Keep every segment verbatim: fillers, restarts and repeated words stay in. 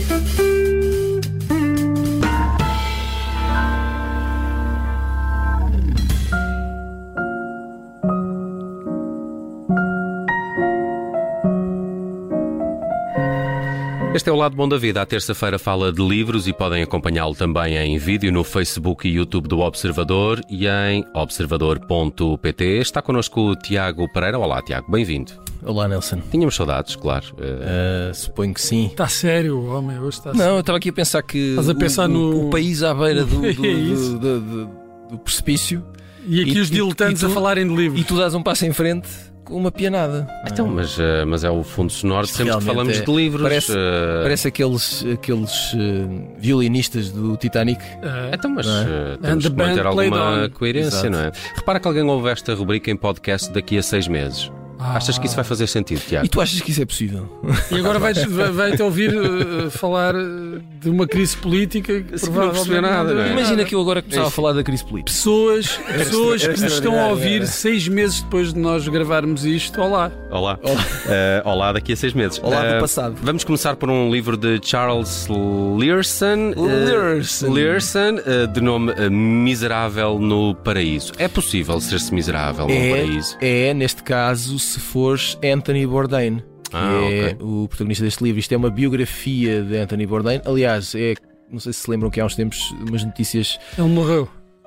Este é o Lado Bom da Vida. À terça-feira fala de livros e podem acompanhá-lo também em vídeo no Facebook e YouTube do Observador e em observador ponto pt. Está connosco o Tiago Pereira. Olá, Tiago, bem-vindo. Olá, Nelson. Tínhamos saudades, claro. Uh, suponho que sim. Está sério, o homem hoje está Não, sério. eu estava aqui a pensar que Estás a pensar o, no... o país à beira do, do, É do, isso. do, do, do precipício. E aqui E- os e- diletantes e tu- a falarem de livros. E tu dás um passo em frente com uma pianada. Então, mas, uh, mas é o fundo sonoro de Isto sempre que realmente falamos é- de livros. parece- uh, Parece aqueles, aqueles uh, violinistas do Titanic. Ah, Então, mas Não é? uh, temos And que the manter band played alguma on. coerência, Exato. não é? Repara que alguém ouve esta rubrica em podcast daqui a seis meses. ah. Achas que isso vai fazer sentido, Tiago? E tu achas que isso é possível? E agora vais- vai- vai-te ouvir uh, falar uh, de uma crise política que Sim, não provavelmente percebi nada, não é? Imagina que eu agora começava a Isso. falar da crise política. Pessoas, pessoas que nos estão a ouvir extraordinário. seis meses depois de nós gravarmos isto. Olá. Olá. Uh, olá, daqui a seis meses. Olá Uh, do passado. Vamos começar por um livro de Charles Learson, uh, Learson. Learson, uh, de nome uh, Miserável no Paraíso. É possível ser-se miserável no É, paraíso? é, neste caso, se fores Anthony Bourdain, que Ah, é ok. o protagonista deste livro. Isto é uma biografia de Anthony Bourdain. Aliás, é, não sei se se lembram que há uns tempos umas notícias. Ele morreu.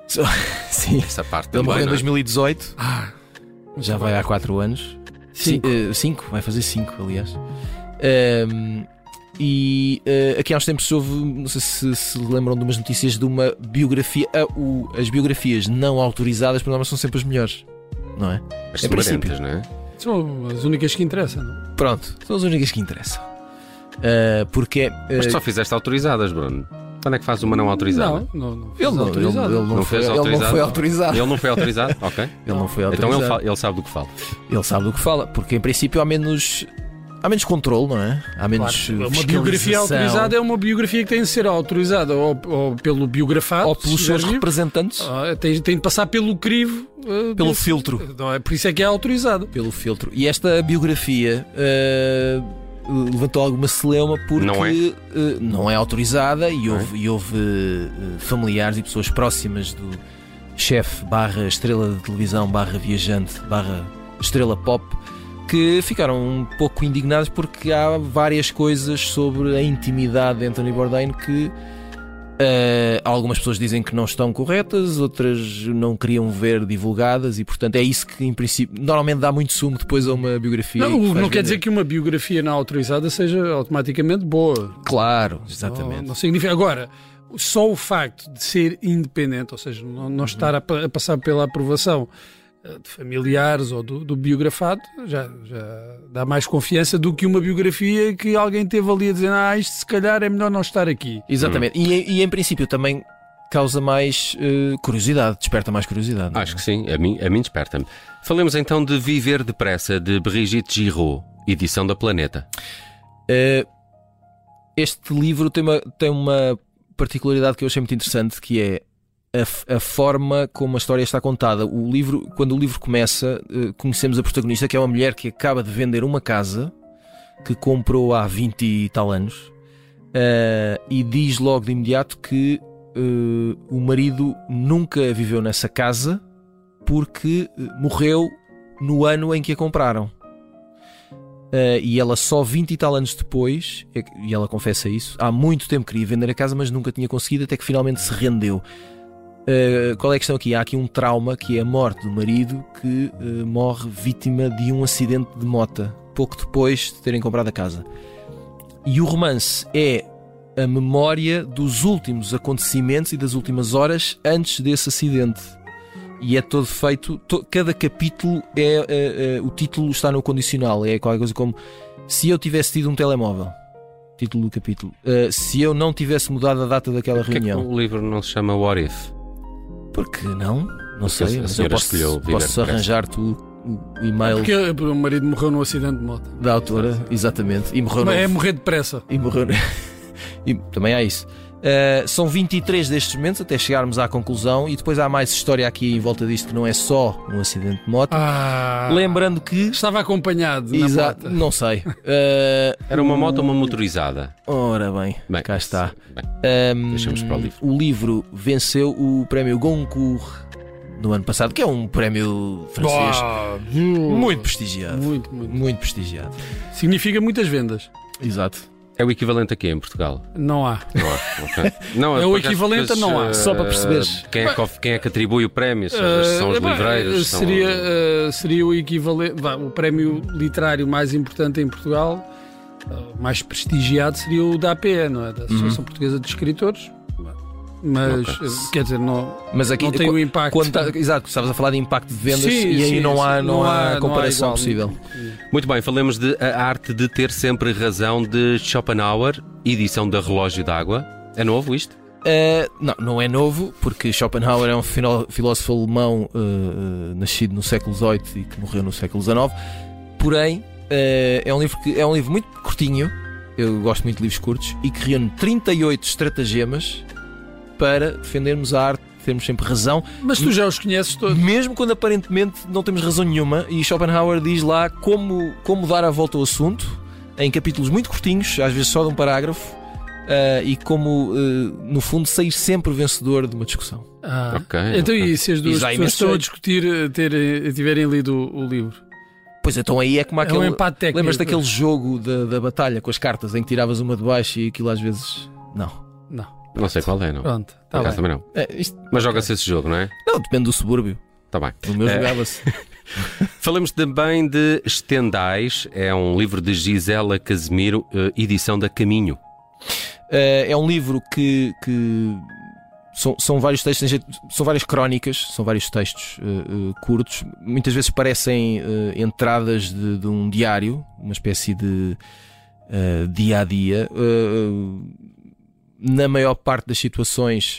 Sim, Essa parte ele também, morreu em não é? dois mil e dezoito, Ah, já vai há quatro anos. Cinco. Ci- eh, cinco, vai fazer cinco, aliás. Ahm, e eh, aqui há uns tempos houve, não sei se se lembram de umas notícias de uma biografia. ah, o- as biografias não autorizadas, por norma, são sempre as melhores, não é? As em princípio. sumarentas, não é? são as únicas que interessam. Não? Pronto, são as únicas que interessam. Ah, porque é. Mas ah, tu só fizeste autorizadas, Bruno. Quando é que faz uma não autorizada? Não, não, não. Ele não, ele, ele não, Não foi, fez ele não autorizado? foi autorizado. Ele não foi autorizado? Ok. Ele não foi Então autorizado. ele, fa- ele sabe do que fala. Ele sabe do que fala, porque em princípio há menos, há menos controle, não é? Há menos Claro, uh, uma biografia fiscalização, autorizada é uma biografia que tem de ser autorizada ou, ou pelo biografado ou pelos se seus estiver vivo. representantes, Ah, tem, tem de passar pelo crivo uh, pelo desse- filtro. Não é? Por isso é que é autorizado. Pelo filtro. E esta biografia uh, levantou alguma celeuma porque Não é? uh, não é autorizada e Não é? houve, e houve uh, familiares e pessoas próximas do chefe barra estrela de televisão barra viajante barra estrela pop que ficaram um pouco indignados porque há várias coisas sobre a intimidade de Anthony Bourdain que Uh, algumas pessoas dizem que não estão corretas, outras não queriam ver divulgadas e portanto é isso que em princípio normalmente dá muito sumo depois a uma biografia. Não, que o- faz não quer vender. dizer que uma biografia não autorizada seja automaticamente boa. Claro, Não, exatamente. não significa. Agora, só o facto de ser independente, ou seja, não, não estar a, pa- a passar pela aprovação eh, de familiares ou do, do biografado, já, já dá mais confiança do que uma biografia que alguém teve ali a dizer: ah, isto se calhar é melhor não estar aqui. Exatamente. E, e em princípio também causa mais uh, curiosidade, desperta mais curiosidade. não é? Acho que sim, a mim, a mim desperta-me. Falemos então de Viver Depressa, de Brigitte Giraud, edição da Planeta. Uh, este livro tem uma, tem uma particularidade que eu achei muito interessante, que é a, f- a forma como a história está contada. O livro, quando o livro começa, uh, conhecemos a protagonista, que é uma mulher que acaba de vender uma casa que comprou há vinte e tal anos, uh, e diz logo de imediato que uh, o marido nunca viveu nessa casa porque uh, morreu no ano em que a compraram. Uh, e ela só vinte e tal anos depois, é que- e ela confessa isso, há muito tempo queria vender a casa, mas nunca tinha conseguido, até que finalmente se rendeu. Uh, qual é a questão aqui? Há aqui um trauma, que é a morte do marido, que uh, morre vítima de um acidente de mota, pouco depois de terem comprado a casa. E o romance é a memória dos últimos acontecimentos e das últimas horas antes desse acidente. E é todo feito, to- cada capítulo é, é, é o título está no condicional, é qualquer coisa como: se eu tivesse tido um telemóvel, título do capítulo, Uh, se eu não tivesse mudado a data daquela Porquê é que reunião. o livro não se chama What If? Porque não? Não Porque sei, a mas eu senhora posso, escolheu viver posso depressa. arranjar-te o, o e-mail Porque o marido morreu num acidente de moto. da autora, exatamente, e morreu Mas é novo. morrer depressa. E morreu. E também há isso. Uh, são vinte e três destes momentos até chegarmos à conclusão, e depois há mais história aqui em volta disto que não é só um acidente de moto. Ah, Lembrando que estava acompanhado na Exato, moto. não sei. Uh, Era uma moto ou uma motorizada? Ora bem, Bem, cá está. Bem, Um, deixamos para o livro. O livro venceu o prémio Goncourt no ano passado, que é um prémio francês Boa. muito prestigiado. Muito, muito. Muito prestigiado. Significa muitas vendas. Exato. É o equivalente aqui em Portugal? Não há. Não há, ok. Não, É o porque às equivalente a vezes, não há. eh, Só para perceberes. Quem é, que, of- quem é que atribui o prémio? São, são os Eh, bem, livreiros? são- Seria, eh, seria o equivalente. vá, o prémio literário mais importante em Portugal, eh, mais prestigiado, seria o da A P E, não é? Da Associação Uhum. Portuguesa de Escritores. Mas, Ok. eh, quer dizer, não, Mas aqui não tem o impacto. quando tá- exato, estavas a falar de impacto de vendas, Sim, e aí sim, não, há, sim. não, há não comparação igual. possível. Muito bem, falamos de A Arte de Ter Sempre Razão, de Schopenhauer, edição da Relógio d'Água. É novo isto? Uh, não, não é novo, porque Schopenhauer é um filó- filósofo alemão uh, uh, nascido no século dezoito e que morreu no século dezanove. Porém, uh, é, um livro que, é um livro muito curtinho, eu gosto muito de livros curtos, e que reúne trinta e oito estratagemas para defendermos a arte, termos sempre razão, Mas tu já os conheces todos. mesmo quando aparentemente não temos razão nenhuma. E Schopenhauer diz lá como, como dar a volta ao assunto, em capítulos muito curtinhos, às vezes só de um parágrafo, uh, e como, uh, no fundo, sair sempre vencedor de uma discussão. Ah, Ok, então, ok. e se as duas E já há pessoas imenso estão a jeito. discutir, eh, terem, tiverem lido o, o livro? Pois então aí é como É um aquele. empate técnico. Lembras daquele jogo da, da batalha com as cartas em que tiravas uma de baixo e aquilo às vezes. Não. Não. Não sei qual é, não. Pronto, Por está acaso bem. também não. É, isto- Mas joga-se esse jogo, não é? Não, depende do subúrbio. Está bem. No meu É. jogava-se. Falamos também de Estendais, é um livro de Gisela Casimiro, eh, edição da Caminho. Uh, é um livro que. que são, são vários textos, em jeito- são várias crónicas, são vários textos uh, uh, curtos. Muitas vezes parecem uh, entradas de, de um diário, uma espécie de uh, dia a dia. Uh, na maior parte das situações,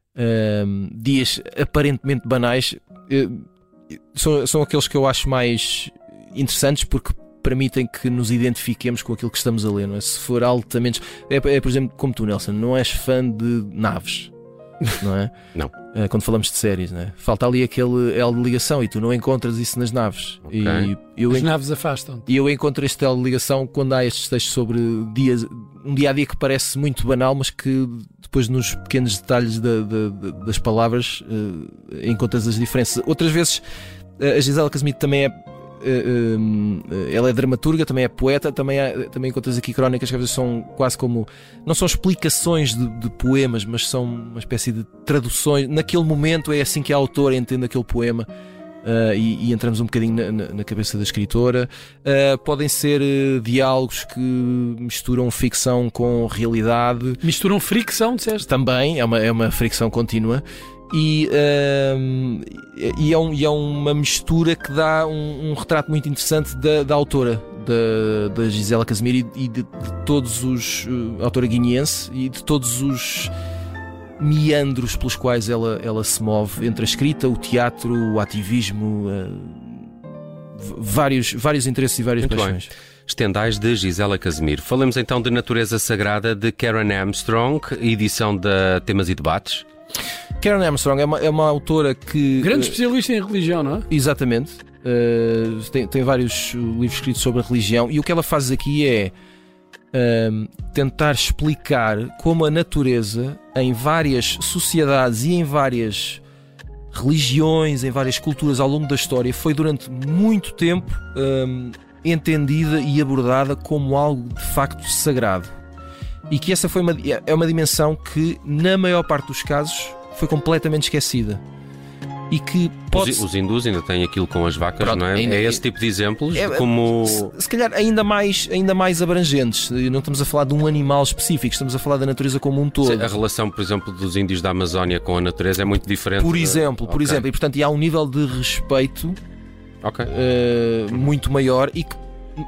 uh, dias aparentemente banais, uh, são, são aqueles que eu acho mais interessantes porque permitem que nos identifiquemos com aquilo que estamos a ler, não é? Se for altamente. É, é, por exemplo, como tu, Nelson, não és fã de naves, não é? Não. É, quando falamos de séries, não é? Falta ali aquele elo de ligação e tu não encontras isso nas naves. Ok. E eu, As en- naves afastam. e eu encontro este elo de ligação quando há estes textos sobre dias, um dia a dia que parece muito banal, mas que depois nos pequenos detalhes da- da- da- das palavras eh, encontras as diferenças. Outras vezes, eh, a Gisela Casimiro também é. eh, eh, ela é dramaturga, também é poeta, também, há- também encontras aqui crónicas que às vezes são quase como. Não são explicações de, de poemas, mas são uma espécie de traduções. Naquele momento é assim que a autora entende aquele poema. Uh, e, e entramos um bocadinho na, na- na cabeça da escritora. Uh, podem ser uh, diálogos que misturam ficção com realidade. Misturam fricção, disseste? Também é uma, é uma fricção contínua. E, um, e, é um- e é uma mistura que dá um, um retrato muito interessante da, da autora, da, da Gisela Casimiro, e, e de, de todos os. Uh, autora guineense, e de todos os meandros pelos quais ela, ela se move entre a escrita, o teatro, o ativismo, uh, v- vários, vários interesses e várias Muito bem. paixões. Estendais, de Gisela Casimiro. Falamos então de Natureza Sagrada, de Karen Armstrong, edição da Temas e Debates. Karen Armstrong é uma, é uma autora que. Grande uh, especialista em religião, não é? Exatamente. Uh, tem, tem vários uh, livros escritos sobre a religião, e o que ela faz aqui é um, tentar explicar como a natureza, em várias sociedades e em várias religiões, em várias culturas ao longo da história, foi durante muito tempo um, entendida e abordada como algo de facto sagrado. E que essa foi uma, é uma dimensão que, na maior parte dos casos, foi completamente esquecida. E que pode Os, os hindus ainda têm aquilo com as vacas, Pronto, não é? ainda- É esse tipo de exemplos, É- de como... Se, se calhar ainda mais, ainda mais abrangentes. Não estamos a falar de um animal específico, estamos a falar da natureza como um todo. A relação, por exemplo, dos índios da Amazónia com a natureza é muito diferente. Por de- exemplo, por Ok, exemplo, e portanto e há um nível de respeito ok. uh, muito maior, e que uh,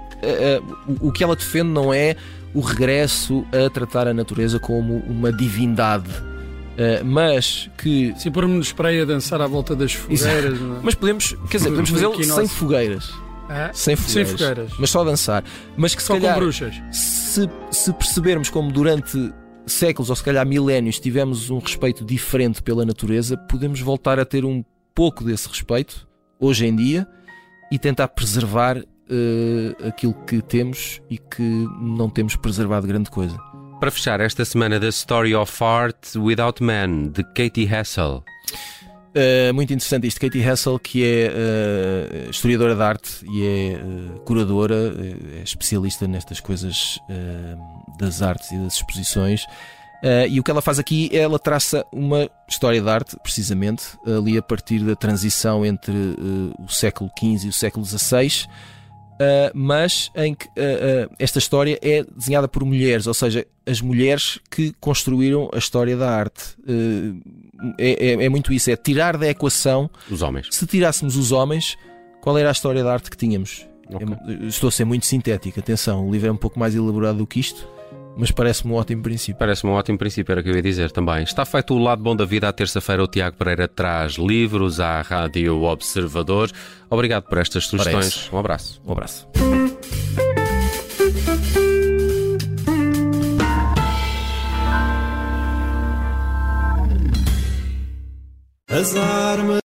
uh, o o que ela defende não é o regresso a tratar a natureza como uma divindade, uh, mas que Se pormos para aí a dançar à volta das fogueiras, não é? mas podemos, quer dizer, podemos fazê-lo Aqui sem nosso. fogueiras, Ah, sem sem fogueiras, fogueiras. mas só dançar, mas que se Só calhar com bruxas. se, se percebermos como durante séculos ou se calhar milénios tivemos um respeito diferente pela natureza, podemos voltar a ter um pouco desse respeito hoje em dia e tentar preservar uh, aquilo que temos e que não temos preservado grande coisa. Para fechar esta semana, The Story of Art Without Man, de Katie Hassel. Uh, muito interessante isto. Katie Hassel, que é uh, historiadora de arte e é uh, curadora, uh, é especialista nestas coisas uh, das artes e das exposições. Uh, e o que ela faz aqui é ela traça uma história de arte, precisamente, ali a partir da transição entre uh, o século quinze e o século dezasseis. Uh, mas em que uh, uh, esta história é desenhada por mulheres, ou seja, as mulheres que construíram a história da arte. Uh, é, é, é muito isso, é tirar da equação os homens. Se tirássemos os homens, qual era a história da arte que tínhamos? Okay. É, estou a ser muito sintético, atenção, o livro é um pouco mais elaborado do que isto, mas parece-me um ótimo princípio. Parece-me um ótimo princípio, era o que eu ia dizer também. Está feito o Lado Bom da Vida. À terça-feira o Tiago Pereira traz livros à Rádio Observador. Obrigado por estas sugestões. Parece. Um abraço. Um abraço. As armas